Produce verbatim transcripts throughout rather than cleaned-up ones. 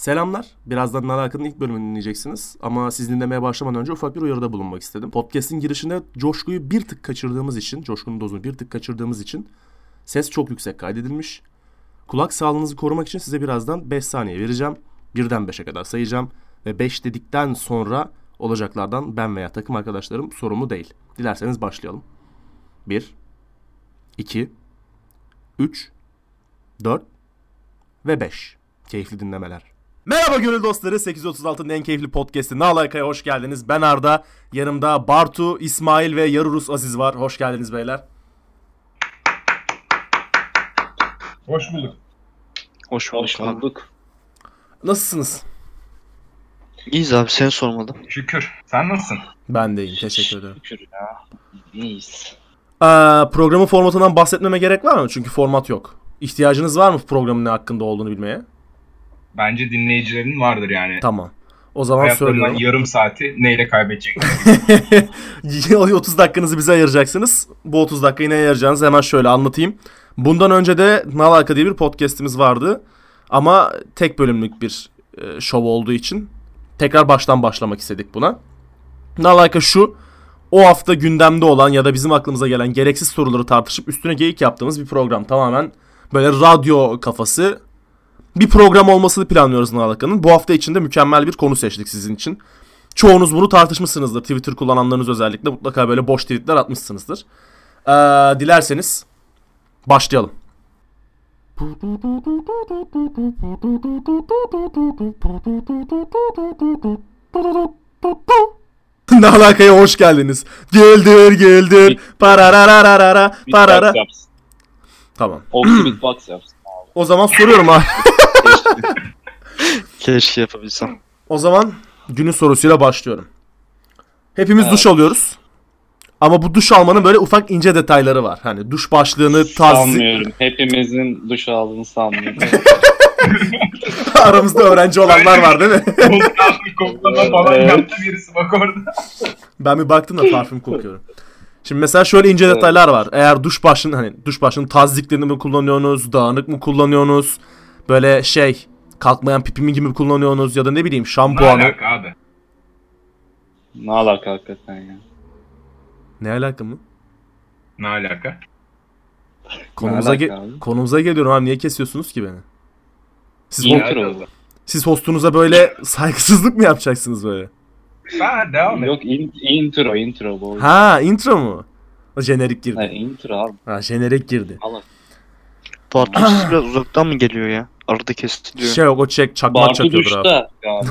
Selamlar. Birazdan Nal Hakan'ın ilk bölümünü dinleyeceksiniz. Ama siz dinlemeye başlamadan önce ufak bir uyarıda bulunmak istedim. Podcast'in girişinde Coşku'yu bir tık kaçırdığımız için, Coşku'nun dozunu bir tık kaçırdığımız için ses çok yüksek kaydedilmiş. Kulak sağlığınızı korumak için size birazdan beş saniye vereceğim. birden beşe kadar sayacağım. Ve beş dedikten sonra olacaklardan ben veya takım arkadaşlarım sorumlu değil. Dilerseniz başlayalım. bir, iki, üç, dört ve beş. Keyifli dinlemeler. Merhaba gönül dostları, sekiz otuz altı'nın en keyifli podcast'i Nal Hakan'a hoş geldiniz. Ben Arda, yanımda Bartu, İsmail ve Yarurus Aziz var. Hoş geldiniz beyler. Hoş bulduk. Hoş bulduk. Hoş bulduk. Nasılsınız? İyiyiz abi, seni sormadım. Şükür. Sen nasılsın? Ben de iyiyim, teşekkür ederim. Şükür ya. İyiyiz. Ee, programın formatından bahsetmeme gerek var mı? Çünkü format yok. İhtiyacınız var mı programın ne hakkında olduğunu bilmeye? Bence dinleyicilerin vardır yani. Tamam. O zaman söylüyorum. Yarım saati neyle kaybedecekler? otuz dakikanızı bize ayıracaksınız. Bu otuz dakikayı neye ayıracağınızı hemen şöyle anlatayım. Bundan önce de Nal Haka diye bir podcast'imiz vardı. Ama tek bölümlük bir e, şov olduğu için tekrar baştan başlamak istedik buna. Nal Haka şu: o hafta gündemde olan ya da bizim aklımıza gelen gereksiz soruları tartışıp üstüne geyik yaptığımız bir program. Tamamen böyle radyo kafası bir program olmasını planlıyoruz Nal Haka'nın. Bu hafta içinde mükemmel bir konu seçtik sizin için. Çoğunuz bunu tartışmışsınızdır. Twitter kullananlarınız özellikle mutlaka böyle boş tweetler atmışsınızdır. Ee, dilerseniz başlayalım. Nal Haka'ya hoş geldiniz. Geldir geldir. Pararararara parara. Tamam. Oxy Beatbox yapsın. O zaman soruyorum abi. Keşke yapabilsem. O zaman günün sorusuyla başlıyorum. Hepimiz evet. duş alıyoruz. Ama bu duş almanın böyle ufak ince detayları var. Hani duş başlığını tarzı... Sanmıyorum. Hepimizin duş aldığını sanmıyorum. Aramızda öğrenci olanlar var değil mi? Koklama falan yaptı birisi bak orada. Ben bir baktım da parfüm kokuyorum. Şimdi mesela şöyle ince evet. detaylar var. Eğer duş başlığının hani duş başlığının taziklerini mi kullanıyorsunuz, dağınık mı kullanıyorsunuz? Böyle şey kalkmayan pipimi gibi mi kullanıyorsunuz ya da ne bileyim şampuanı. Ne alaka abi? Ne alaka hakikaten ya? Ne alaka mı? Ne alaka? Konumuza, ge- alaka konumuza geliyorum abi, niye kesiyorsunuz ki beni? Siz, ho- siz hostunuza böyle saygısızlık mı yapacaksınız böyle? Ha, devam et. Yok in- intro intro bu. Ha intro mu? O jenerik girdi. Ha intro abi. Ha jenerik girdi. Allah. Bartu siz biraz uzaktan mı geliyor ya? Arada kesiliyor. Şey yok, o çek çakmak çakıyordur abi. Bartu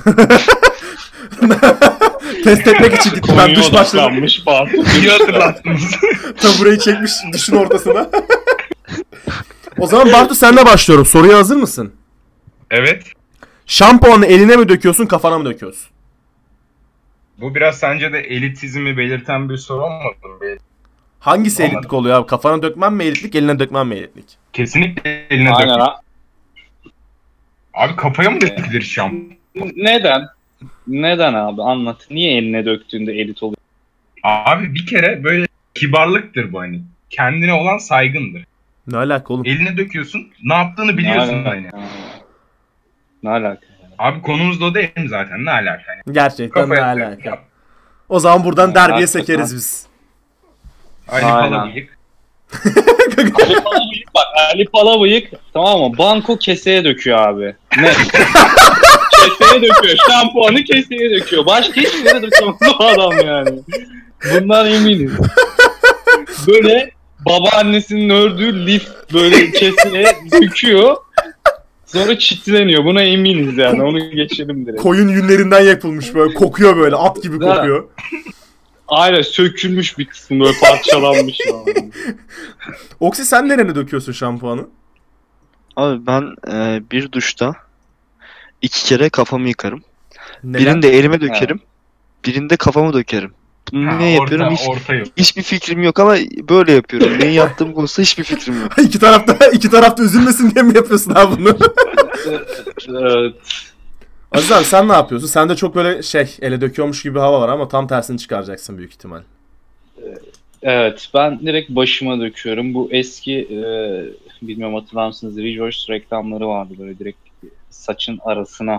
Test etmek için gittim ben duş başladım. İyi hatırlattınız. Tabureyi çekmiş duşun ortasına. O zaman Bartu senle başlıyorum. Soruya hazır mısın? Evet. Şampuanı eline mi döküyorsun, kafana mı döküyorsun? Bu biraz sence de elitizmi belirten bir soru olmadı mı? Hangisi Olmadı. elitlik oluyor abi? Kafana dökmen mi elitlik, eline dökmen mi elitlik? Kesinlikle eline Aynen dökmek. Ha. Abi kafaya mı dökülür şampuan? Neden? Neden abi? Anlat. Niye eline döktüğünde elit oluyor? Abi bir kere böyle kibarlıktır bu hani. Kendine olan saygındır. Ne alaka oğlum? Eline döküyorsun, ne yaptığını biliyorsun ne hani. Ne alaka? Abi konumuz da o değil mi zaten? Ne alaka? Yani. Gerçekten kafaya ne alaka? Yap. O zaman buradan ya, derbiye sekeriz biz. Ali Palabıyık. Ali Palabıyık bak. Ali Palabıyık tamam mı? Banko keseye döküyor abi. Ne? Keseye döküyor. Şampuanı keseye döküyor. Başka hiçbir yere döküyor bu adam yani. Bundan eminiz. Böyle babaannesinin ördüğü lif böyle keseye döküyor. Sonra çitleniyor. Buna eminiz yani. Onu geçelim direkt. Koyun yünlerinden yapılmış böyle. Kokuyor böyle. At gibi kokuyor. Aynen sökülmüş bir kısmı böyle parçalanmış. Oksi sen nereye döküyorsun şampuanı? Abi ben e, bir duşta iki kere kafamı yıkarım. Neden? Birinde elime dökerim. Ha. Birinde kafamı dökerim. Bunu ha, ne orta, yapıyorum? Hiç, orta hiçbir fikrim yok ama böyle yapıyorum. Neyi yaptığım konusunda hiçbir fikrim yok. iki tarafta iki tarafta üzülmesin diye mi yapıyorsun abi bunu? Evet. Aziz abi sen ne yapıyorsun? Sende çok böyle şey ele döküyormuş gibi bir hava var ama tam tersini çıkaracaksın büyük ihtimal. Evet, ben direkt başıma döküyorum. Bu eski e, bilmiyorum hatırlar mısınız? Rejoice reklamları vardı böyle direkt saçın arasına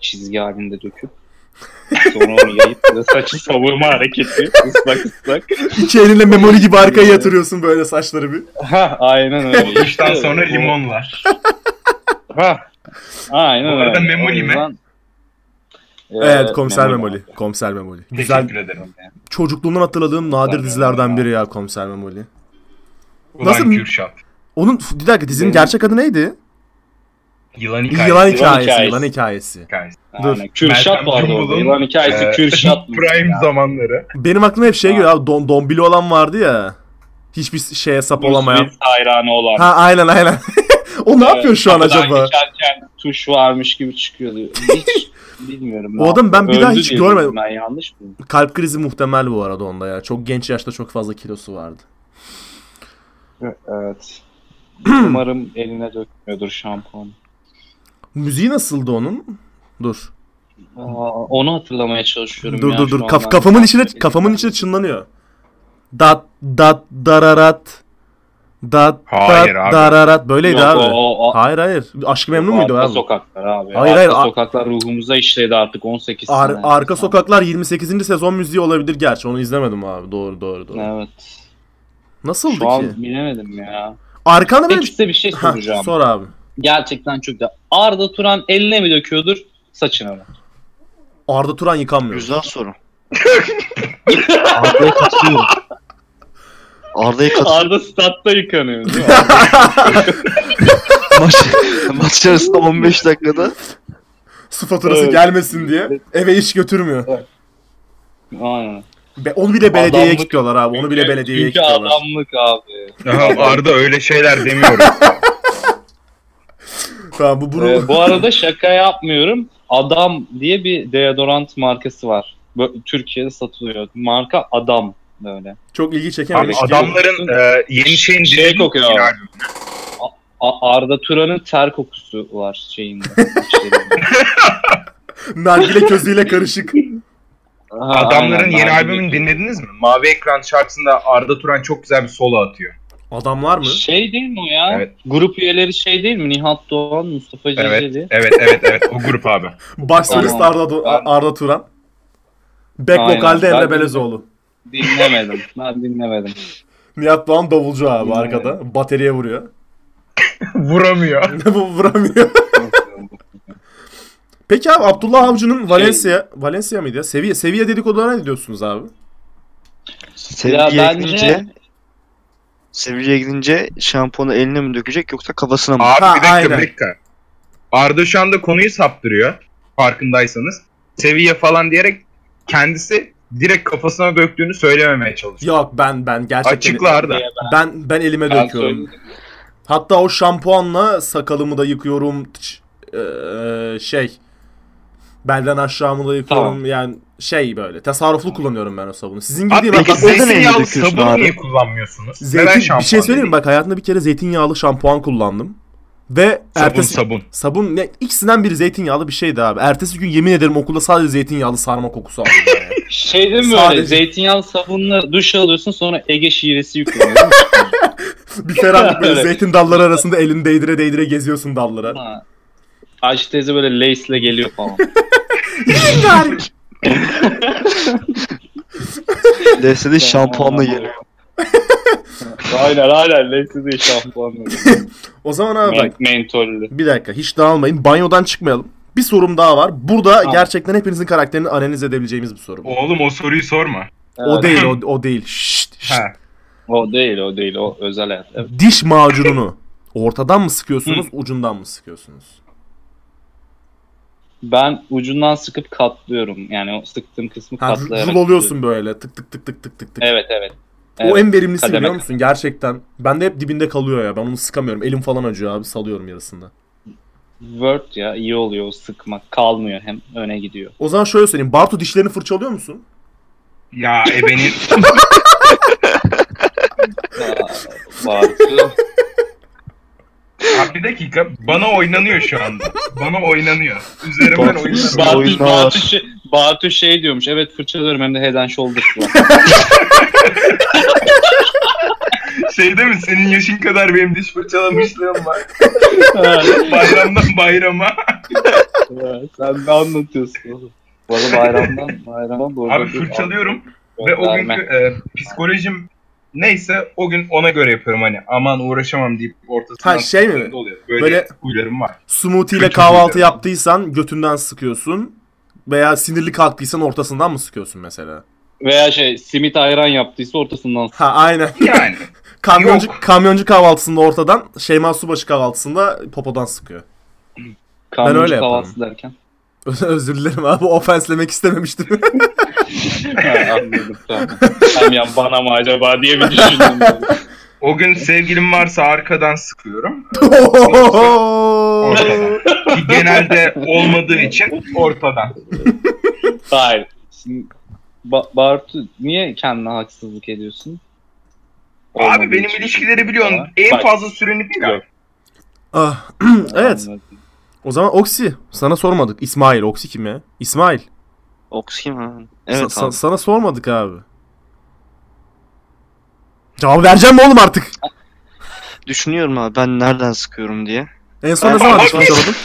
çizgi halinde döküp sonra onu yayıp böyle saçı savurma hareketi ıslak ıslak. İki elinle memoli gibi arkaya yatırıyorsun böyle saçları bir. Ha aynen öyle. Duştan sonra limonlar. Ha aynen Bu arada öyle. memoli mi? Yüzden... Evet, Komiser memoli. Memoli. Komiser Memoli. Güzel. Teşekkür ederim. Çocukluğumdan hatırladığım nadir Güzel dizilerden ya. biri ya Komiser Memoli. Ulan Nasıl- Kürşat. Onun bir dakika dizinin Benim- gerçek adı neydi? Yılan Yılan hikayesi. Yılan Yılan hikayesi. hikayesi. Yılan hikayesi. hikayesi. Dur. Aynen. Kürşat Meltem vardı orada. Cumbul'un, Yılan hikayesi e, Kürşat mı? Prime Ya. zamanları. Benim aklıma hep şey geliyor abi. Don, Dombili olan vardı ya. Hiçbir şeye sap olamayan. Bruce Willis hayranı olan. Ha aynen aynen. O ne yapıyor şu an Kapıdan acaba? geçerken tuş varmış gibi çıkıyordu. Hiç bilmiyorum. O adam ben bir Öldü daha hiç diye görmedim. biliyorum Ben yanlış mı? Kalp krizi muhtemel bu arada onda ya. Çok genç yaşta çok fazla kilosu vardı. Evet. Umarım eline dökmüyordur şampuan. Müziği nasıldı onun? Dur. Aa, onu hatırlamaya çalışıyorum Dur ya dur şu dur. an Kaf, ben. kafamın içine kafamın içine çınlanıyor. Dat dat dararat. Dat Hayır dat abi. dararat böyleydi Yok, abi. o- o- o- Hayır hayır. Aşk-ı Memnu muydu Arka abi? sokaklar abi. Hayır, Arka hayır, a- sokaklar ruhumuza işledi artık on sekiz Ar- sene. Arka Sokaklar yirmi sekizinci sezon müziği olabilir gerçi. Onu izlemedim abi. Doğru doğru doğru. Evet. Nasıldı Şu ki? an bilemedim ya. Arkanda benim... Peki size bir şey Hah, soracağım. sor abi. Gerçekten çok güzel. Arda Turan eline mi döküyordur, saçına mı? Arda Turan yıkanmıyor. Güzel soru. Arda'ya katılıyorum. Arda'ya katılıyorum. Arda statta yıkanıyor değil mi? Maç, maç içerisinde on beş dakikada Su faturası Evet. gelmesin diye eve iş götürmüyor. Aynen. Be- onu bile belediyeye Adamlık. kilitliyorlar abi. Onu bile Çünkü- belediyeye Çünkü kilitliyorlar. adamlık abi. Aha, Arda öyle şeyler demiyorum. Tamam bu bunu... Ee, bu arada şaka yapmıyorum. Adam diye bir deodorant markası var. Böyle Türkiye'de satılıyor. Marka Adam böyle. Çok ilgi çeken Abi bir şey. adamların e, yeni şeyin Şey dinledin mi? kokuyor abi. Yani A- Arda Turan'ın ter kokusu var şeyinde. içlerinde. Nargile közüyle karışık. Ha, Adamların aynen, yeni nargile albümünü kokusu. dinlediniz mi? Mavi Ekran şarkısında Arda Turan çok güzel bir solo atıyor. Adamlar mı? Şey değil mi o ya? Evet. Grup üyeleri şey değil mi? Nihat Doğan, Mustafa Evet, Ceceli. evet, evet, evet. O grup abi. Baş solist Tamam. Arda, Du- Ben- Arda Turan. Back Aynen. vokalde Emre Ben- Belezoğlu. Dinlemedim. Ben dinlemedim. Nihat Doğan davulcu abi Hmm. arkada. Bateriye vuruyor. Vuramıyor. Bu vuramıyor. Peki abi Abdullah Avcı'nın Valencia, Valencia mıydı ya? Seviye, seviye dedikodularına ne diyorsunuz abi? Sevilla'ya bence- gidince Sevilla'ya gidince şampuanı eline mi dökecek yoksa kafasına mı? Abi Ha, bir dakika, aynen. bir dakika. Arda şu anda konuyu saptırıyor. Farkındaysanız. Seviye falan diyerek kendisi direkt kafasına döktüğünü söylememeye çalışıyor. Yok ben ben gerçekten Açıkla Arda. ben ben elime Ben döküyorum. söyledim. Hatta o şampuanla sakalımı da yıkıyorum. Ç- eee, şey belden aşağımı da yıkıyorum. Tamam. Yani şey böyle tasarruflu kullanıyorum ben o sabunu. Sizin gibi Abi değil. peki Bak, bak, orada neyle zeytinyağlı döküyorsun sabunu abi? niye kullanmıyorsunuz? zeytin, Neden bir şey şampuan söyleyeyim mi? değil? Bak hayatımda bir kere zeytinyağlı şampuan kullandım. Ve Sabun ertesi sabun. sabun ne ikisinden biri zeytinyağlı bir şeydi abi. Ertesi gün yemin ederim okulda sadece zeytinyağlı sarma kokusu aldım yani. Şey değil mi Sadece- öyle? Zeytinyağlı sabunla duş alıyorsun sonra Ege şivesi yükleniyor. değil mi? Bir ferahlık böyle Evet. zeytin dalları arasında elini değdire değdire geziyorsun dallara. Ha. Ayşe teyze böyle lace'le geliyor falan. L S D şampuanla geliyor. aynen aynen lace'li değil şampuanla. O zaman abi bak Men- mentollü. bir dakika hiç dağılmayın. Banyodan çıkmayalım. Bir sorum daha var. Burada Tamam. gerçekten hepinizin karakterini analiz edebileceğimiz bir soru bu. Oğlum o soruyu sorma. O Evet. değil, o, o değil. Şşt, şşt. Ha. O değil o değil o özel hayat. Evet. Diş macununu ortadan mı sıkıyorsunuz, ucundan mı sıkıyorsunuz? Ben ucundan sıkıp katlıyorum. Yani o sıktığım kısmı Ha, katlayarak. rul oluyorsun böyle. Tık tık tık tık tık tık tık. Evet evet. O Evet. en verimlisi Kademe. biliyor musun? Gerçekten. Ben de hep dibinde kalıyor ya. Ben onu sıkamıyorum. Elim falan acıyor abi. Salıyorum yarısında. Word ya iyi oluyor o sıkmak. Kalmıyor hem öne gidiyor. O zaman şöyle söyleyeyim. Bartu dişlerini fırçalıyor musun? Ya ebenin Aa, Bartu. Abi bir dakika, bana oynanıyor şu anda. Bana oynanıyor. Üzerimden Batu- oynanıyor. Batu, Oyunlar. Batu, şey, Batu şey diyormuş. Evet fırçalıyorum hem de Head and Shoulders var. Şey değil mi? Senin yaşın kadar benim diş fırçalamışlığım var. Bayramdan bayrama. Evet, sen ne anlatıyorsun oğlum? Bu arada bayramdan bayrama doğru. Abi fırçalıyorum ve o günkü e, psikolojim neyse o gün ona göre yapıyorum hani aman uğraşamam deyip ortasından Ha, şey mi? oluyor. Böyle, Böyle huylarım var. smoothie ile Kötü kahvaltı huylarım. yaptıysan götünden sıkıyorsun veya sinirli kalktıysan ortasından mı sıkıyorsun mesela? Veya şey simit ayran yaptıysa ortasından Ha aynen. Yani kamyoncu Yok. kamyoncu kahvaltısında ortadan, Şeyma Subaşı kahvaltısında popodan sıkıyor. kamyoncu öyle kahvaltısı derken. Özür dilerim abi, ofenslemek istememiştim. Ha, anladım tamam. Hem ya bana mı acaba diye bir düşündüm. o gün sevgilim varsa arkadan sıkıyorum. Ki genelde olmadığı için ortadan. Hayır. Şimdi ba- Bartu niye kendine haksızlık ediyorsun? Abi Olmadığı benim için. ilişkileri biliyorsun. Ama En bak- fazla süreni bir ay. Yok. Ah, evet. Anladım. O zaman Oksi. Sana sormadık. İsmail. Oksi kim ya? İsmail. Oxygen ha. Evet Sa- abi. sana sormadık abi. Cevabı vereceğim mi oğlum artık? Düşünüyorum abi ben nereden sıkıyorum diye. En son ne Ama zaman abi- diş fırçaladın?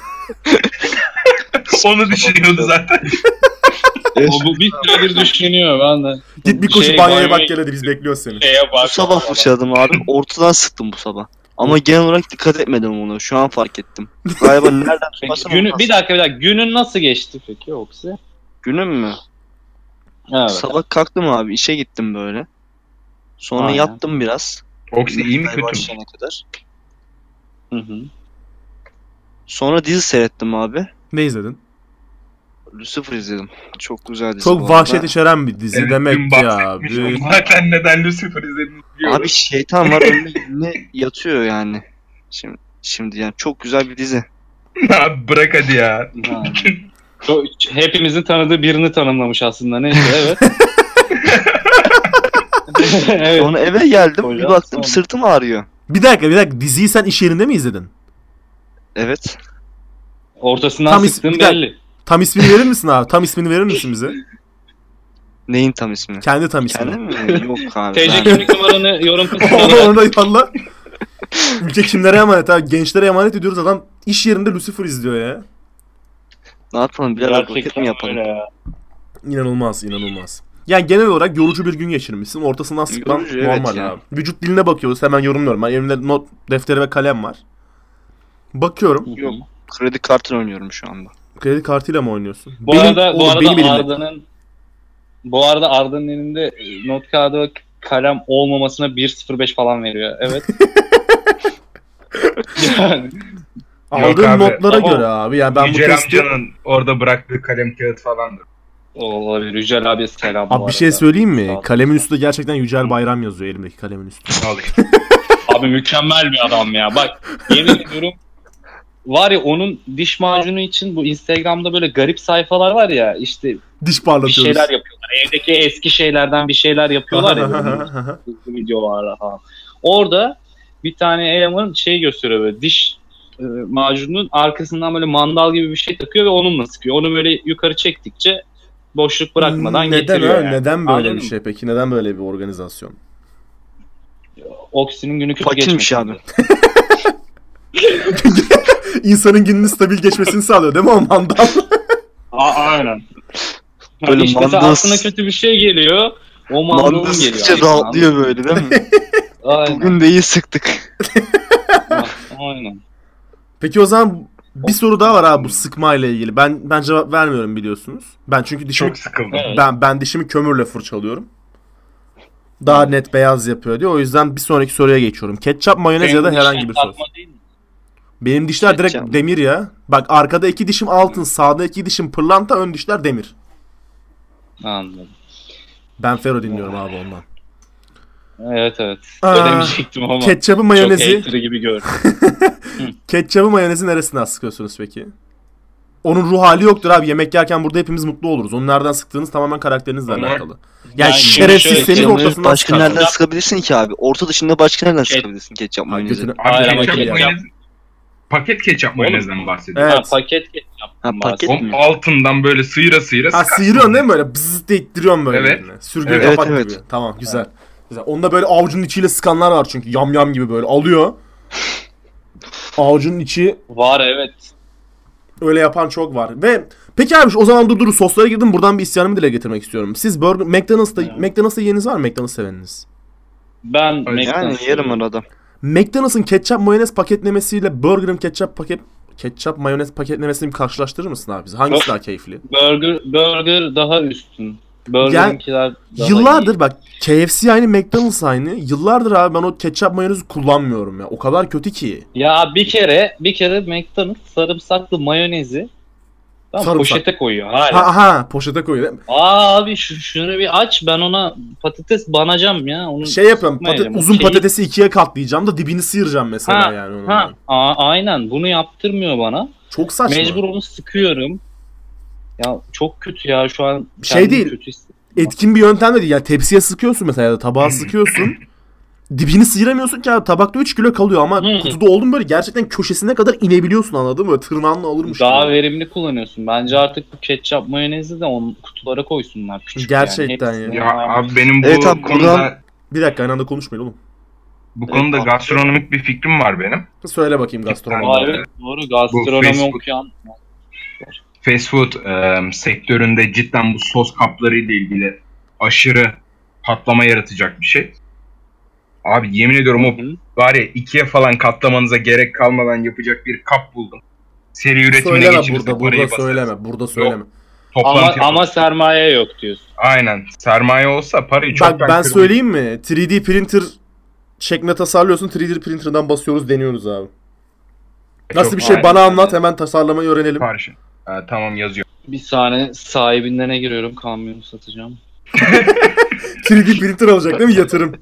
Onu düşünüyordu zaten. O bu bir süredir düşünüyor ben de. Git bir koşu Şey, banyoya banyoya bak gel hadi, biz bekliyoruz seni. Şeye bak. Bu sabah fırçaladım abi. Ortadan sıktım bu sabah. Ama genel olarak dikkat etmedim ona. Şu an fark ettim. Galiba nereden Peki, tutarsam günü, oradan bir dakika bir dakika. Günün nasıl geçti peki Oksi? Günüm mü? Evet. Sabah kalktım abi. İşe gittim böyle. Sonra Aynen. yattım biraz. Oksi iyi mi Mesai kötü mü? başlayana kadar. Hı hı. Sonra dizi seyrettim abi. Ne izledin? Lucifer izledim. Çok güzel dizi Çok bu vahşet arada. içeren bir dizi Evet, demek dün ya bahsetmiştim. abi. Zaten neden Lucifer izlediğini biliyorum. Abi şeytan var önüne yine yatıyor yani. Şimdi, şimdi yani çok güzel bir dizi. Abi bırak hadi ya. Ha. Çok- Hepimizin tanıdığı birini tanımlamış aslında. Neyse evet. Evet. Sonra eve geldim. Hocam, bir baktım sonra- sırtım ağrıyor. Bir dakika bir dakika, diziyi sen iş yerinde mi izledin? Evet. Ortasından Tam is- sıktığın bir dakika. belli. Tam ismini verir misin abi? Tam ismini verir misin bize? Neyin tam ismi? Kendi tam ismini. Kendi mi? Yok abi. T C Ben- kimlik numaranı yorum Onu kısmına onu da yolla. Ülke kimlere emanet abi? Gençlere emanet ediyoruz, adam iş yerinde Lucifer izliyor ya. Ne yapalım? Bir ara roket mi yapalım? öyle ya. İnanılmaz, inanılmaz. Yani genel olarak yorucu bir gün geçirmişsin. Ortasından sıkman Yorucu, evet normal ya. abi. Vücut diline bakıyoruz. Hemen yorumluyorum. Ben elimde not defteri ve kalem var. Bakıyorum. Yok. Kredi kartını oynuyorum şu anda. Kredi kartıyla mı oynuyorsun? Bu arada bu oğlum, benim arada elimde. Arda'nın bu arada Arda'nın elinde e, not kağıdı ve kalem olmamasına bir sıfır beş falan veriyor. Evet. Yani Aldığım abi, notlara ama göre abi. Yani ben bu Yücel testi... amcanın orada bıraktığı kalem kağıt falandır. olabilir. Yücel abiye selam bu Abi bir arada. şey söyleyeyim mi? Sağ ol. Kalemin üstünde gerçekten Yücel Bayram yazıyor, elimdeki kalemin üstünde. Al işte. Abi mükemmel bir adam ya. Bak yemin ediyorum var ya onun diş macunu için bu Instagram'da böyle garip sayfalar var ya işte Diş bir parlatıyoruz. şeyler yapıyorlar. Evdeki eski şeylerden bir şeyler yapıyorlar ya. Böyle hızlı videolarla falan. Orada bir tane eleman şey gösteriyor böyle diş e, macunun arkasından böyle mandal gibi bir şey takıyor ve onunla sıkıyor. Onu böyle yukarı çektikçe boşluk bırakmadan neden getiriyor ha? yani. Neden böyle Anladın bir mı? şey peki? Neden böyle bir organizasyon? Oksinin günü kötü Fakirmiş geçmiş. abi. İnsanın gününün stabil geçmesini sağlıyor değil mi o mandal? A- aynen. Böyle Böyle işte mesela mandal- aklına kötü bir şey geliyor. O mandalın Mandası geliyor. sıkça rahatlıyor böyle değil mi? Aynen. Bugün de iyi sıktık. Aynen. Peki o zaman bir soru daha var abi bu sıkma ile ilgili. Ben ben cevap vermiyorum biliyorsunuz. Ben çünkü dişimi Çok sıkıldım. Evet. ben ben dişimi kömürle fırçalıyorum. Daha net beyaz yapıyor diye. O yüzden bir sonraki soruya geçiyorum. Ketçap, mayonez ya da Senin herhangi bir dişler sos. takma değil mi? Benim dişler direkt Ketçap. demir ya. Bak arkada iki dişim altın, sağda iki dişim pırlanta, ön dişler demir. Anladım. Ben Fero dinliyorum abi ondan. Evet evet. Aa, Söylemeyecektim ama. Ketçapı, Çok mayonezi. hater gibi gördüm. Ketçapı, mayonezi neresinden sıkıyorsunuz peki? Onun ruh hali yoktur abi. Yemek yerken burada hepimiz mutlu oluruz. Onu nereden sıktığınız tamamen karakterinizle Ama- alakalı. Yani Yani şimdi şerefsiz şöyle- senin Ketçapı ortasından başka sıkar. nereden sıkabilirsin ki abi? Orta dışında başka nereden Ket- sıkabilirsin ketçap Ha, mayonezi? götüne- Abi Hayır, ama ketçap ketçap- mayonez... Paket ketçap mayonezden mi bahsediyorsun? Evet. Ha, paket ketçap. Ha, paket O mi? altından böyle sıyıra sıyıra Ha sıkar. sıyırıyorsun değil mi böyle? Bzzz de ittiriyorsun böyle. Evet. eline. Sürgün Evet, kapak evet. gibi. Tamam güzel. Mesela onda böyle avucunun içiyle sıkanlar var çünkü. Yam yam gibi böyle alıyor. Avucunun içi Var evet. öyle yapan çok var. Ve peki abi o zaman dur dur soslara girdim. Buradan bir isyanımı dile getirmek istiyorum. Siz burger McDonald's'ta Evet. McDonald's'ta yeriniz var mı? McDonald's seveniniz? Ben Yani Yani McDonald's yerim yiyorum. arada. McDonald's'ın ketçap mayonez paketlemesiyle Burger'ın ketçap paket ketçap mayonez paketlemesini bir karşılaştırır mısın abi bize? Hangisi daha keyifli? Burger, burger daha üstün. Burger'inkiler daha Yıllardır iyi. bak K F C aynı, McDonald's aynı. Yıllardır abi ben o ketçap mayonezi kullanmıyorum ya. O kadar kötü ki. Ya bir kere bir kere McDonald's sarımsaklı mayonezi tam Sarımsak. poşete koyuyor hala. Ha ha poşete koyuyor değil mi? Aa abi şu, şunu bir aç, ben ona patates banacağım ya. Onu Şey yapıyorum. sıkmayacağım. Pata- uzun Şeyi- patatesi ikiye katlayacağım da dibini sıyıracağım mesela Ha, yani onun. Ha, a- aynen bunu yaptırmıyor bana. Çok saçma. Mecbur onu sıkıyorum. Ya çok kötü ya şu an. Şey kendimi değil. kötü hissediyorum. Etkin bir yöntem de değil. Yani tepsiye sıkıyorsun mesela ya da tabağa sıkıyorsun. Dibini sıyıramıyorsun ki abi tabakta üç kilo kalıyor ama Hı. kutuda oldun böyle gerçekten köşesine kadar inebiliyorsun anladın mı? Böyle tırnağınla alırmış Daha gibi. verimli kullanıyorsun. Bence artık bu ketçap mayonezi de on kutulara koysunlar küçük. Gerçekten yani. Ya abi benim bu Evet abi, konuda buradan- Bir dakika aynı anda konuşmayın oğlum. bu konuda Evet. gastronomik bir fikrim var benim. Söyle bakayım gastronomi. Aa, evet doğru, Bu gastronomi Facebook- okuyan. Fast food e, sektöründe cidden bu sos kapları ile ilgili aşırı patlama yaratacak bir şey. Abi yemin ediyorum o Hı. bari ikiye falan katlamanıza gerek kalmadan yapacak bir kap buldum. Seri üretimine Söyleme geçiririz, burada, parayı burada basarız. söyleme, burada söyleme. Toplantı Ama, yapalım. ama sermaye yok diyorsun. Aynen. Sermaye olsa parayı çoktan Bak ben kırmış. söyleyeyim mi? üç D printer şeklinde tasarlıyorsun, üç D printer'dan basıyoruz, deniyoruz abi. Nasıl Çok bir şey aynen bana öyle. anlat, hemen tasarlamayı öğrenelim. siparişi. Ha, tamam yazıyor. Bir saniye sahibinden ne giriyorum, kamyonu satacağım. üç D printer alacak değil mi? Yatırım.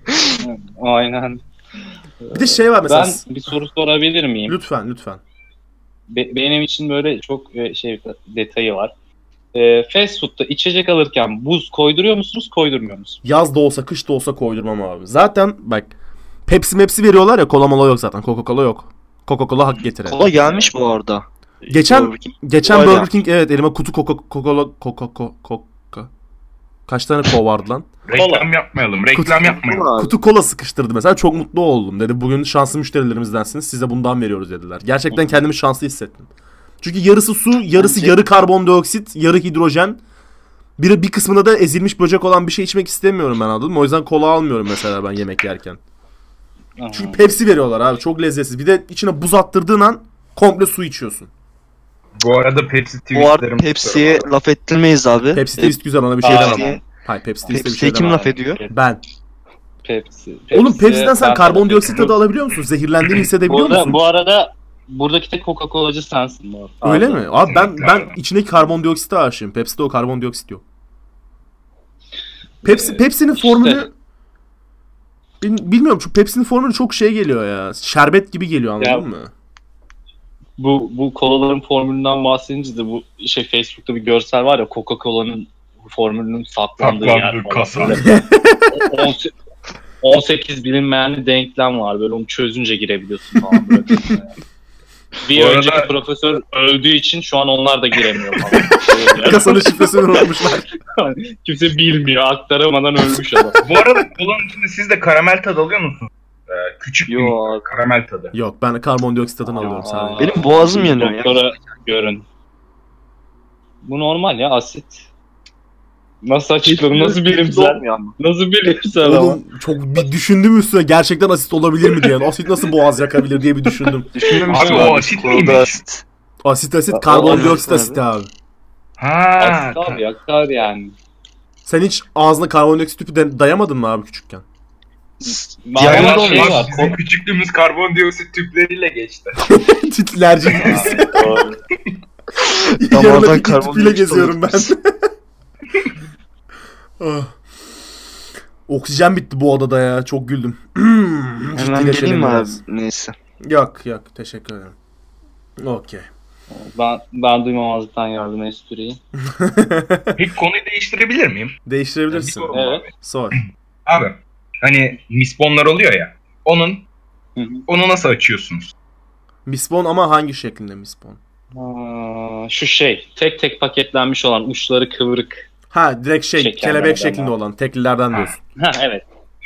Aynen. Bir de şey var mesela. Ben bir soru sorabilir miyim? Lütfen, lütfen. Be- benim için böyle çok e, şey detayı var. E, fast food'da içecek alırken buz koyduruyor musunuz, koydurmuyor musunuz? Yaz da olsa, kış da olsa koydurmam abi. Zaten bak Pepsi Mepsi veriyorlar ya, kola mola yok zaten. Coca-Cola yok. Coca-Cola hak getiren. Kola gelmiş bu arada. Geçen Burger King. geçen Öyle. Burger King evet elime kutu Coca- Coca-Cola Coca-Cola Coca. Kaç tane ko vardı lan? Reklam yapmayalım. Reklam Kutu- yapmayalım. Abi. Kutu kola sıkıştırdı mesela, çok mutlu oldum. Dedi bugün şanslı müşterilerimizdensiniz, size bundan veriyoruz dediler. Gerçekten kendimi şanslı hissettim. Çünkü yarısı su, yarısı Bence- yarı karbondioksit, yarı hidrojen. Bir, bir kısmında da ezilmiş böcek olan bir şey içmek istemiyorum ben, anladın mı? O yüzden kola almıyorum mesela ben yemek yerken. Aha. Çünkü Pepsi veriyorlar abi, çok lezzetsiz. Bir de içine buz attırdığın an komple su içiyorsun. Bu arada Pepsi Bu arada tweetlerim. Pepsi'ye laf ettirmeyiz abi. Pepsi twist güzel, ona bir şey Aynen. demem. Hayır Pepsi twist'e bir Pepsi'ye şey kim demem. laf ediyor? Ben. Pepsi. Oğlum Pepsi, Pepsi'den sen ben- karbondioksit tadı alabiliyor musun? Zehirlendiğini Bu hissedebiliyor arada, musun? bu arada buradaki tek Coca-Cola'cı sensin bu arada. Öyle Abi. mi? Abi ben Kesinlikle ben abi. içindeki karbondioksite aşığım. Pepsi'de o karbondioksit yok. Pepsi Ee, Pepsi'nin işte. formülü Bil- bilmiyorum, çünkü Pepsi'nin formülü çok şey geliyor ya. Şerbet gibi geliyor, anladın Ya- mı? Bu bu kolaların formülünden bahsedince de bu şey Facebook'ta bir görsel var ya, Coca-Cola'nın formülünün saklandığı yer Saklandığı falan. kasa. Böyle on- on sekiz bilinmeyen denklem var, böyle onu çözünce girebiliyorsun falan böyle. Bir Bu arada- önceki profesör öldüğü için şu an onlar da giremiyor falan. Böyle. Kasanın şifresini unutmuşlar. Kimse bilmiyor, aktaramadan ölmüş adam. Bu arada kolanın içinde siz de karamel tadı alıyor musunuz? Ee, küçük bir Yo miktar abi. karamel tadı. Yok, ben karbondioksit tadını alıyorum Aa. sadece. Benim boğazım yanıyor ya. Doktora görün. Bu normal ya, asit. Nasıl açıkladın? Nasıl bilimsel? Olmuyor ama. Nasıl bilimsel ama? Oğlum çok bir düşündüm üstüne, gerçekten asit olabilir mi diye. Yani asit nasıl boğaz yakabilir diye bir düşündüm. Düşünmemiştim Abi o asit Kolada miymiş? asit. Asit asit O- karbondioksit o- asit abi. Ha. Asit abi yakar yani. Sen hiç ağzına karbondioksit tüpü de- dayamadın mı abi küçükken? Diğer Diğer bir şey Abi, var. bizim küçüklüğümüz karbondioksit tüpleriyle geçti. Titlerci gibi. Doğru. Damardan Yanımda bir tüpüyle karbondioksit geziyorum ben. alıyoruz. Ah. Oksijen bitti bu odada ya. Çok güldüm. Hemen Ciddileşelim geleyim mi abi? biraz. Neyse. Yok yok, teşekkür ederim. Okey. Ben, ben duymamazlıktan yardım espriyi. Peki konuyu değiştirebilir miyim? Değiştirebilirsin. Bir sorum Evet. var. Sor. Abi hani misponlar oluyor ya. Onun Hı hı. onu nasıl açıyorsunuz? Mispon ama hangi şeklinde mispon? Aa, şu şey, tek tek paketlenmiş olan, uçları kıvrık. Ha direkt şey, Şekerlerden kelebek şeklinde abi. olan teklilerden Ha. diyorsun. Ha evet.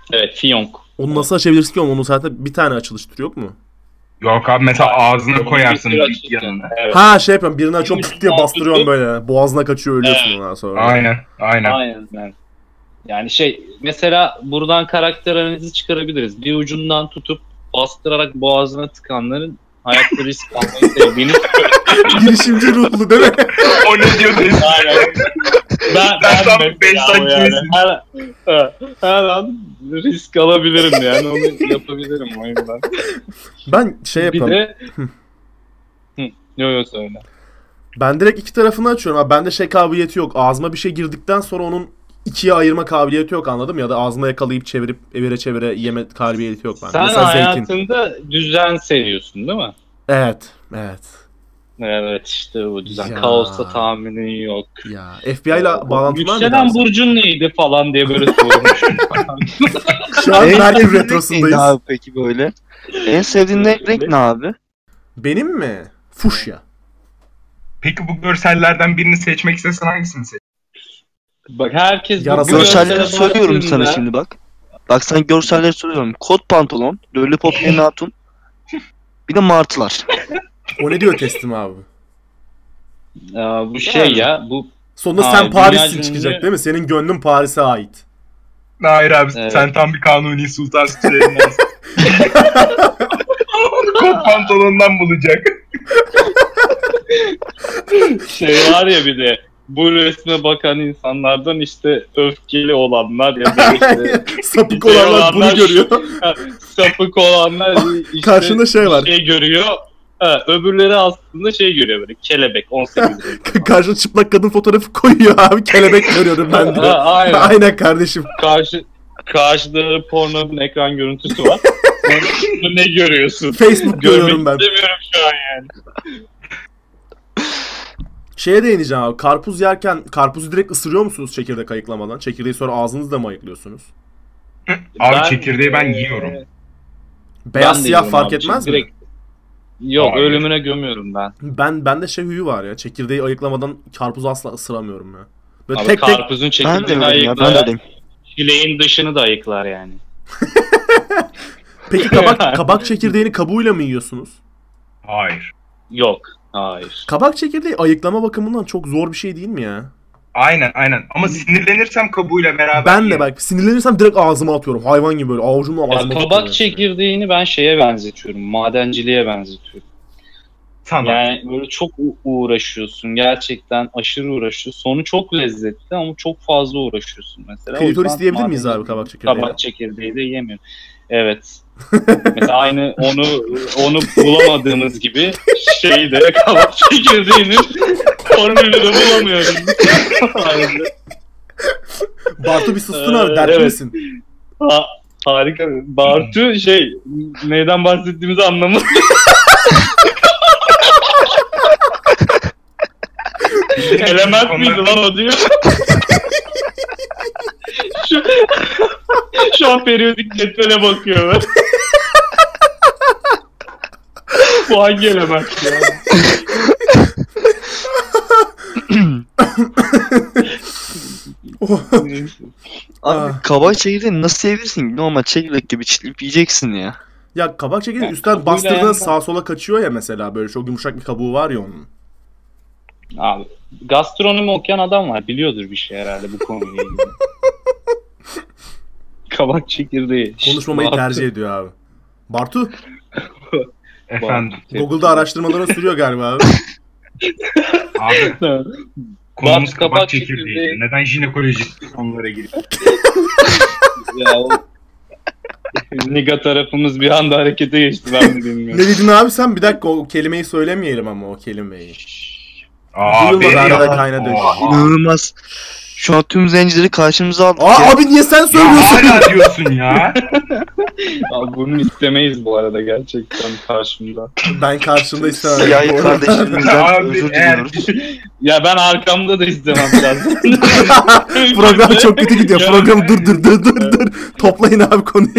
Evet, fiyonk. Onu nasıl açabilirsin ki? Onun zaten bir tane açılış türü yok mu? Yok abi mesela ağzına koyarsın Bir ilk açılış yanına. Evet. Ha şey yapıyorum. Birini açıyorum Üç pıt diye tane bastırıyorum tutup- böyle. Boğazına kaçıyor ölüyorsun Evet. ondan sonra. Aynen aynen. Aynen. Yani. yani şey mesela buradan karakter analizi çıkarabiliriz. Bir ucundan tutup bastırarak boğazına tıkanların hayatta risk almayı sevdiğini. Girişimci ruhlu değil mi? O ne diyor dedi. Aynen. Ben, Ben tam mesela beş o dakika yani. izledim. her, her an risk alabilirim yani onu yapabilirim o yüzden. Ben şey Bir yapıyorum. de Hı, yo yo söyle. Ben direkt iki tarafını açıyorum. Abi bende şey kabiliyeti yok. Ağzıma bir şey girdikten sonra onun ikiye ayırma kabiliyeti yok, anladım ya da ağzıma yakalayıp çevirip evire çevire yeme kabiliyeti yok bende. Sen Mesela zeytin. hayatında düzen seviyorsun değil mi? Evet, evet. Evet işte bu düzen. Ya. Kaosta tahminin yok. Ya F B I ile bağlantın var mı? Yükselen dersin? burcun neydi falan diye böyle sormuşum. Şu an En Merkür sevdiğin renk neydi Retrosu'ndayız. abi peki böyle? En sevdiğin renk, renk ne abi? Benim mi? Fuşya. Peki bu görsellerden birini seçmek istesen hangisini seç? Bak herkes bu Yarasa- Görselleri görsele soruyorum sana baktığında- şimdi bak. Bak sana görselleri soruyorum. Kot pantolon, lollipop yeni hatun. Bir de martılar. O ne diyor testim abi? Aa, bu şey ya bu Sonunda Hayır, sen Paris'sin dünya çıkacak ünlü- değil mi? Senin gönlün Paris'e ait. Hayır abi Evet. sen tam bir kanuni sultan Süleyman'sın. Kot pantolondan bulacak. şey var ya bir de bu resme bakan insanlardan işte öfkeli olanlar ya da işte Sapık şey olanlar bunu görüyor. sapık olanlar işte Karşında şey var. şey görüyor. Ha, öbürleri aslında şey görüyor böyle kelebek on sekiz yaşında. Karşına çıplak kadın fotoğrafı koyuyor abi. Kelebek görüyorum ben diyor. Ha, aynen. Aynen kardeşim. Karşı karşıda pornonun ekran görüntüsü var. Onu ne görüyorsun? Facebook görüyorum Görmek ben. istemiyorum şu an yani. Şeye değineceğim abi. Karpuz yerken karpuzu direkt ısırıyor musunuz çekirdek ayıklamadan? Çekirdeği sonra ağzınızda mı ayıklıyorsunuz? Abi Ben, çekirdeği ben e, yiyorum. Beyaz ben de siyah yiyorum fark abi. etmez mi? Direkt- Yok Hayır. ölümüne gömüyorum ben. Ben bende şey huyu var ya. Çekirdeği ayıklamadan karpuzu asla ısıramıyorum ya. Böyle Abi tek tek karpuzun Ben de çekirdeğini öyleyim ya, ben de ayıklar. öyleyim. Çileğin dışını da ayıklar yani. Peki kabak kabak çekirdeğini kabuğuyla mı yiyorsunuz? Hayır. Yok. Hayır. Kabak çekirdeği ayıklama bakımından çok zor bir şey değil mi ya? Aynen aynen. Ama sinirlenirsem kabuğuyla beraber Ben de yerim. bak sinirlenirsem direkt ağzıma atıyorum. Hayvan gibi böyle avucumla Ya ağzıma kabak atıyorum. çekirdeğini ben şeye benzetiyorum. Madenciliğe benzetiyorum. Sana. Yani böyle çok u- uğraşıyorsun. Gerçekten aşırı uğraşıyorsun. Sonu çok lezzetli ama çok fazla uğraşıyorsun mesela. O Klitoris yüzden diyebilir miyiz abi madencilik- kabak çekirdeğine? Kabak çekirdeği de yemiyorum. Evet. Mesela aynı onu onu bulamadığımız gibi şeyi de kabak çekirdeğinin formülünü de bulamıyoruz. Aynen. Bartu bir sustun abi Ee, dertli evet. misin? Ha, harika. Bartu şey neyden bahsettiğimizi anlamadı. Element miydi lan o diyor. şu, şu an periyodik cetvele bakıyor. Bu hangi element ya? Neyse. Abi Ah. kabak çekirdeğini nasıl yiyebilirsin? Normal çekirdek gibi çitleyip yiyeceksin ya. Ya kabak çekirdeği Yani üstten kabuğuyla bastırdığında yenmez. sağa sola kaçıyor ya mesela böyle çok yumuşak bir kabuğu var ya onun. Abi gastronomi okuyan adam var. Biliyordur bir şey herhalde bu konuyla ilgili. Kabak çekirdeği. Konuşmamayı Bartu- tercih ediyor abi. Bartu Efendim. Bartu- Google'da araştırmalara sürüyor galiba abi. Abi Evet. konumuz Bak, kabak kabak çekirdeği. çekirdeği. Neden jinekolojik konulara giriyor? Ya o Niga tarafımız bir anda harekete geçti ben de Ne bilmiyorum. dedin abi sen? Bir dakika o kelimeyi söylemeyelim ama o kelimeyi. Abi Duyulmadı arada ya. kaynadı. Aa, İnanılmaz. Şu an tüm zencileri karşımıza aldık Aa ya. abi niye sen Ya söylüyorsun? hala diyorsun ya. Abi bunu istemeyiz bu arada gerçekten karşımda. Ben karşımda istemem. Siyahi Bu arada. kardeşlerimizden Abi, özür eğer- diliyoruz. Ya ben arkamda da istemem birazdan. Program çok kötü gidiyor. Program dur dur dur dur dur. Toplayın abi konuyu.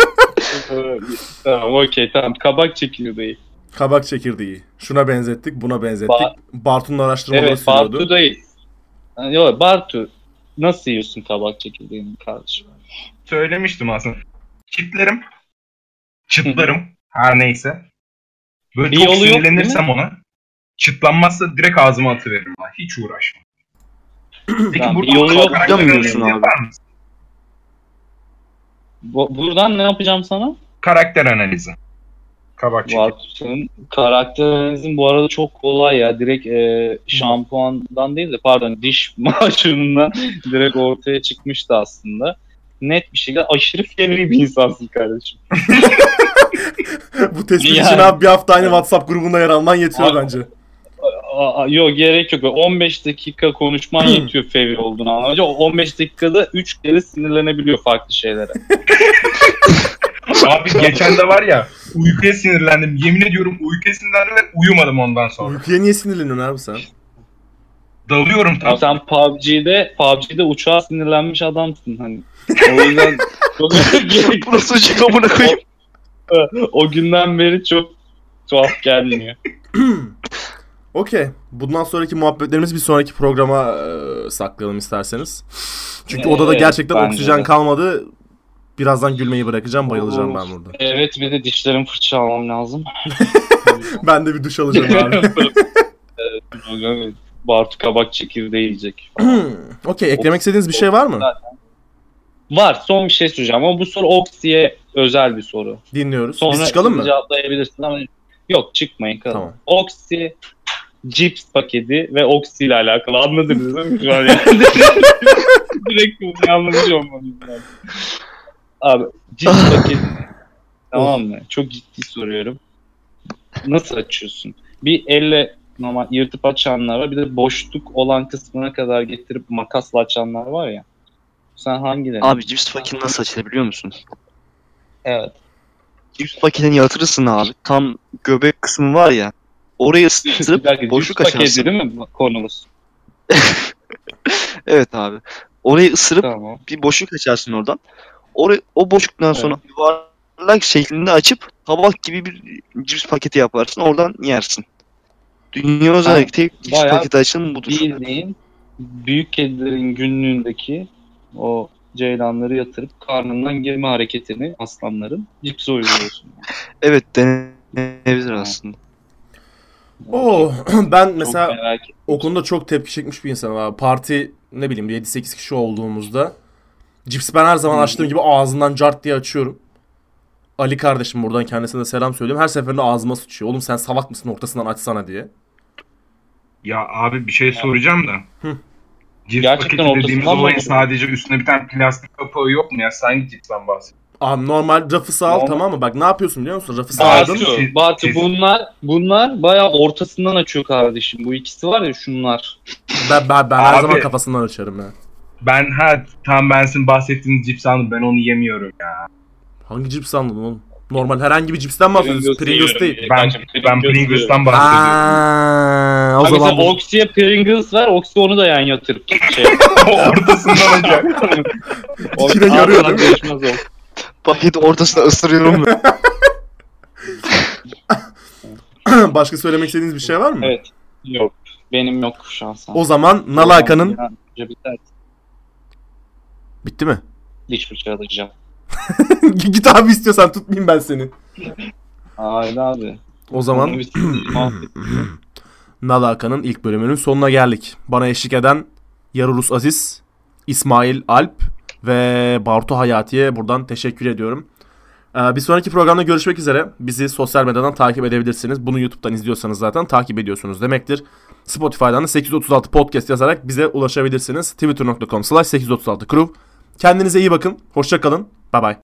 Tamam okey tamam. Kabak çekirdeği. Kabak çekirdeği. Şuna benzettik, buna benzettik. Ba- Bartu'nun araştırmaları Evet sürüyordu. Bartu değil. Yok Bartu. Nasıl yiyorsun kabak çekirdeğini kardeşim? söylemiştim aslında. Çitlerim, çıtlarım, her neyse. Böyle Bir çok yolu yok, değil sinirlenirsem ona, çıtlanmazsa direkt ağzıma atıveririm. Ha. Hiç uğraşmam. Peki Tamam, burada bir yolu yok karakter demiyorsun analizi abi. yapar mısın? Bu- buradan ne yapacağım sana? Karakter analizi. Kabak çekip. Bartu'nun karakter analizin bu arada çok kolay ya. Direkt e, şampuandan değil de pardon diş macunundan direkt ortaya çıkmıştı aslında. Net bir şekilde aşırı fevri bir insansın kardeşim. Bu tespit Yani- için abi bir hafta aynı WhatsApp grubunda yer alman yetiyor Abi- bence. Aa, yok gerek yok. on beş dakika konuşman yetiyor fevri olduğunu anlayınca. O on beş dakikada üç kere sinirlenebiliyor farklı şeylere. Abi geçen de var ya, uykuya sinirlendim. Yemin ediyorum uykuya sinirlendim ve uyumadım ondan sonra. Uykuya niye sinirleniyorsun abi sen? Dalıyorum Abi tam. sen P U B G'de P U B G'de uçağa sinirlenmiş adamsın hani. O yüzden çok Burası uçak amına koyayım. o günden beri çok tuhaf gelmiyor. Okey. Bundan sonraki muhabbetlerimiz bir sonraki programa e, saklayalım isterseniz. Çünkü odada Evet, gerçekten bence oksijen de. kalmadı. Birazdan gülmeyi bırakacağım, bayılacağım ben burada. Evet bir de dişlerimi fırça almam lazım. Ben de bir duş alacağım abi. Evet, Bartu kabak çekirdeği yiyecek. Okey, eklemek istediğiniz bir şey var mı? Var son bir şey söyleyeceğim ama bu soru Oksi'ye özel bir soru. Dinliyoruz. Sonra Biz çıkalım mı? cevaplayabilirsin ama yok çıkmayın kalın. Tamam. Oksi cips paketi ve Oksi ile alakalı anladınız değil mi? Şu an yani. Direkt bunu anlamış olmanız lazım. Abi cips paketi tamam mı? Çok ciddi soruyorum. Nasıl açıyorsun? Bir elle normal yırtıp açanlar var. Bir de boşluk olan kısmına kadar getirip makasla açanlar var ya. Sen hangilerini? Abi cips paketini nasıl açılır biliyor musun? Evet. Cips paketini yatırırsın abi. Tam göbek kısmı var ya. Orayı Bir ısıtırıp dakika, boşluk cips paketi açarsın. değil mi bu konumuz? Evet abi. Orayı ısırıp Tamam. bir boşluk açarsın oradan. Orayı, o boşluktan sonra yuvarlak şeklinde açıp tabak gibi bir cips paketi yaparsın. Oradan yersin. Dünya özellikle tek cips bayağı paketi açılımı budur. Bildiğin büyük kedilerin günlüğündeki o ceylanları yatırıp karnından girme hareketini aslanların cipse uyguluyorsun. Evet denenebilir aslında. Oo, ben Çok mesela merak ettim. o konuda çok tepki çekmiş bir insanım abi. Parti ne bileyim yedi sekiz kişi olduğumuzda cips ben her zaman açtığım gibi ağzından cart diye açıyorum. Ali kardeşim buradan kendisine de selam söyleyeyim. Her seferinde ağzıma sıçıyor. Oğlum sen salak mısın ortasından açsana diye. Ya abi bir şey soracağım da. Hı. Cips Gerçekten paketi dediğimiz ortasından mı olayın açılıyor? sadece üstüne bir tane plastik kapağı yok mu ya? Sen hangi cipsten bahsediyorsun? Abi normal rafısı al Normal. tamam mı? Bak ne yapıyorsun biliyor musun? Rafısı Daha aldın. Kesin. Batu, Batu Kesin. bunlar bunlar bayağı ortasından açıyor kardeşim. Bu ikisi var ya şunlar. Ben, ben, ben her Abi. zaman kafasından açarım ya. Ben ha tam ben sizin bahsettiğiniz cips aldım. Ben onu yemiyorum ya. Hangi cips anladın oğlum? Normal herhangi bir cipsten mi bahsediyorsun? Pringles değil. Ben Kancım, ben Pringles'tan bahsediyorum. Aaa, o Abi zaman mesela bu... Oksi'ye Pringles var. Oksi onu da yan yatırıp şey. Ortasından hocam. Dikine yarıyor değil mi? Değişmez o. Paketi ortasına ısırıyorum ben. Başka söylemek istediğiniz bir şey var mı? Evet. Yok. Benim yok şahsen. O zaman Nalaka'nın... Yani biter. Bitti mi? Diş fırça alacağım. Git abi istiyorsan tutmayayım ben seni. Haydi abi. O zaman Onu bir- mahvet. Nalaka'nın ilk bölümünün sonuna geldik. Bana eşlik eden Yarurus Aziz, İsmail Alp ve Bartu Hayati'ye buradan teşekkür ediyorum. Ee, bir sonraki programda görüşmek üzere. Bizi sosyal medyadan takip edebilirsiniz. Bunu YouTube'dan izliyorsanız zaten takip ediyorsunuz demektir. Spotify'dan da sekiz yüz otuz altı podcast yazarak bize ulaşabilirsiniz. twitter nokta com slash sekiz yüz otuz altı crew. Kendinize iyi bakın. Hoşça kalın. Bye bye.